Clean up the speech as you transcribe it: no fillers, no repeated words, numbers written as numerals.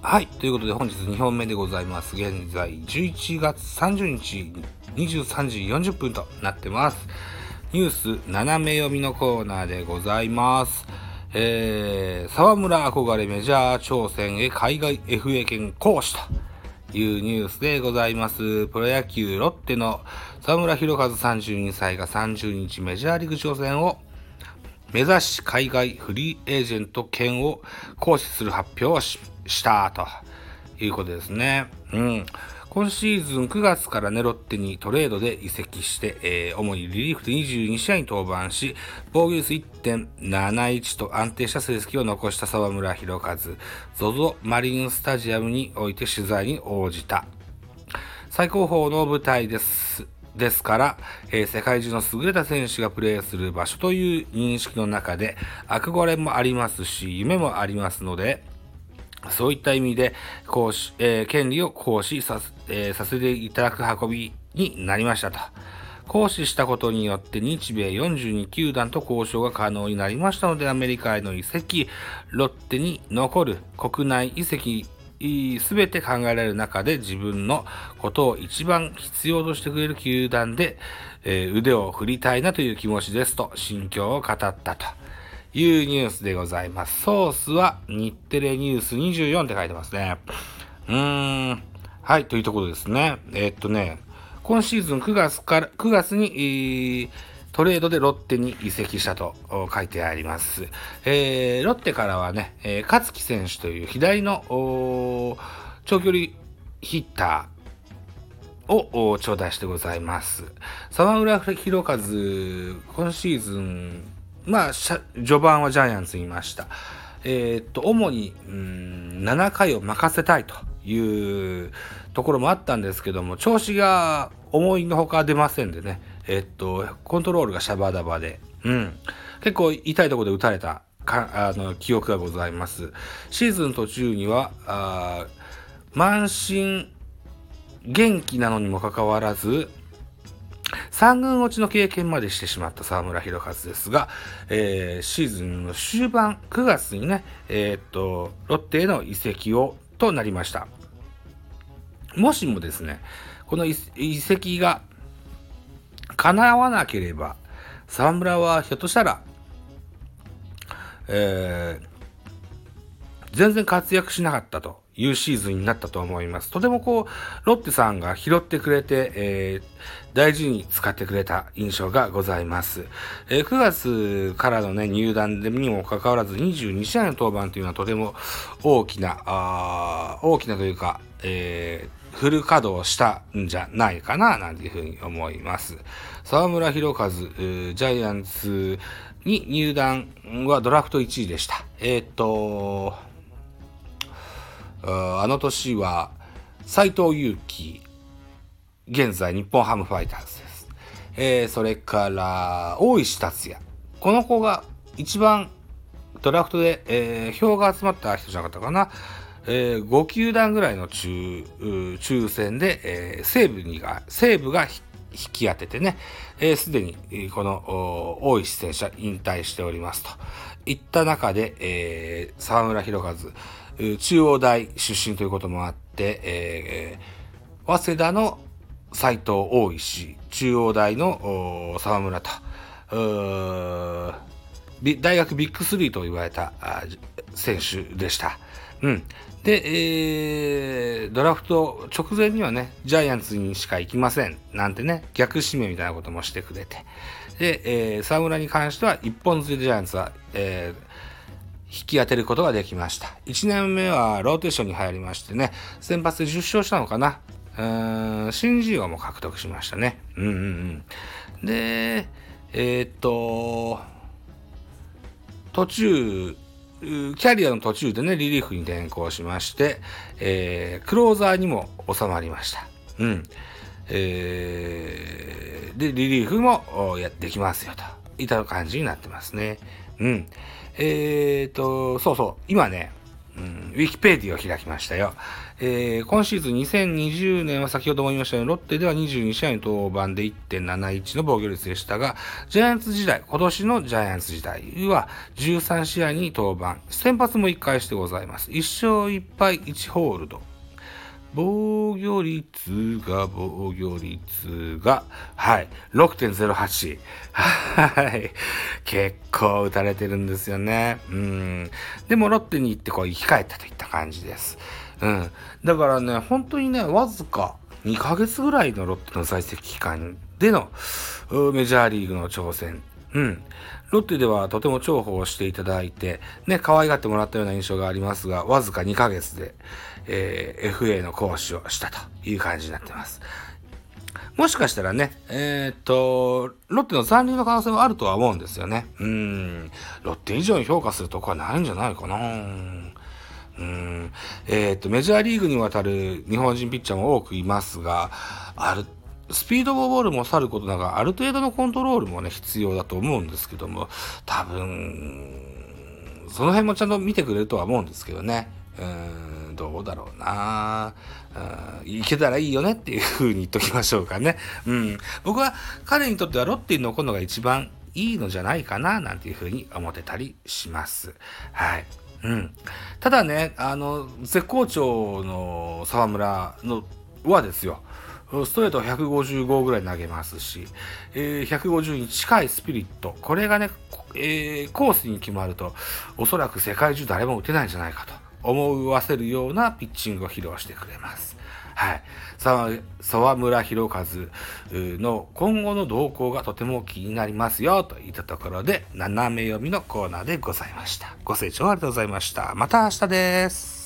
はい。ということで本日2本目でございます。現在11月30日23時40分となってます。ニュース斜め読みのコーナーでございます。沢村憧れメジャー挑戦へ海外 FA 権行使というニュースでございます。プロ野球ロッテの沢村博和32歳が30日メジャーリーグ挑戦を目指し海外フリーエージェント権を行使する発表をしたということですね。今シーズン9月からね、ロッテにトレードで移籍して、主にリリーフで22試合に登板し、防御率 1.71 と安定した成績を残した沢村博和、ZOZO マリンスタジアムにおいて取材に応じた。最高峰の舞台ですから、世界中の優れた選手がプレーする場所という認識の中で憧れもありますし、夢もありますので、そういった意味で権利を行使させていただく運びになりましたと。行使したことによって日米42球団と交渉が可能になりましたので、アメリカへの移籍、ロッテに残る国内移籍すべて考えられる中で自分のことを一番必要としてくれる球団で、腕を振りたいなという気持ちですと心境を語ったというニュースでございます。ソースは日テレニュース24って書いてますね。はい、というところですね。今シーズン9月に、トレードでロッテに移籍したと書いてあります。ロッテからはね、勝木選手という左の長距離ヒッターを頂戴してございます。沢村博和、今シーズン、序盤はジャイアンツにいました。主に7回を任せたいというところもあったんですけども、調子が思いのほか出ませんでね、コントロールがシャバダバで、結構痛いところで打たれた記憶がございます。シーズン途中には満身元気なのにもかかわらず3軍落ちの経験までしてしまった沢村博和ですが、シーズンの終盤9月にね、ロッテへの移籍となりました。もしもですね、この移籍が叶わなければ、沢村はひょっとしたら、全然活躍しなかったというシーズンになったと思います。とてもロッテさんが拾ってくれて、大事に使ってくれた印象がございます。9月からのね、入団にもかかわらず22試合の登板というのはとても大きなというか、フル稼働したんじゃないかな、なんていうふうに思います。沢村博和、ジャイアンツに入団はドラフト1位でした。あの年は斎藤佑樹、現在日本ハムファイターズです。それから大石達也、この子が一番ドラフトで、票が集まった人じゃなかったかな。5球団ぐらいの抽選で、西武が引き当ててね、すでにこの大石選手は引退しておりますといった中で、沢村博和、中央大出身ということもあって、早稲田の斉藤大石、中央大の沢村と大学ビッグ3と言われた選手でした。で、ドラフト直前にはね、ジャイアンツにしか行きませんなんてね、逆指名みたいなこともしてくれて、で、沢村に関しては一本釣りでジャイアンツは、引き当てることができました。1年目はローテーションに入りましてね、先発で10勝したのかな。新人王も獲得しましたね。で、途中、キャリアの途中でね、リリーフに転向しまして、クローザーにも収まりました。で、リリーフもできますよといった感じになってますね。そうそう、今ね、 ウィキペディアを開きましたよ。今シーズン2020年は先ほども言いましたように、ロッテでは22試合の登板で 1.71 の防御率でしたが、ジャイアンツ時代、今年のジャイアンツ時代は13試合に登板、先発も1回してございます。1勝1敗1ホールド。防御率が、はい、6.08。はい。結構打たれてるんですよね。でもロッテに行って生き返ったといった感じです。だからね、本当にね、わずか2ヶ月ぐらいのロッテの在籍期間でのメジャーリーグの挑戦。ロッテではとても重宝していただいて、ね、可愛がってもらったような印象がありますが、わずか2ヶ月で、FA の講師をしたという感じになっています。もしかしたらね、ロッテの残留の可能性もあるとは思うんですよね。ロッテ以上に評価するとこはないんじゃないかな。メジャーリーグに渡る日本人ピッチャーも多くいますが、スピードボールもさることながら、ある程度のコントロールもね、必要だと思うんですけども、多分、その辺もちゃんと見てくれるとは思うんですけどね。どうだろうな。いけたらいいよねっていう風に言っときましょうかね。僕は彼にとってはロッテに残るのが一番いいのじゃないかな、なんていう風に思ってたりします。はい。ただね、絶好調の沢村はですよ、ストレート155ぐらい投げますし、150に近いスピリット。これがね、コースに決まると、おそらく世界中誰も打てないんじゃないかと思わせるようなピッチングを披露してくれます。はい。沢村弘和の今後の動向がとても気になりますよといったところで、斜め読みのコーナーでございました。ご清聴ありがとうございました。また明日です。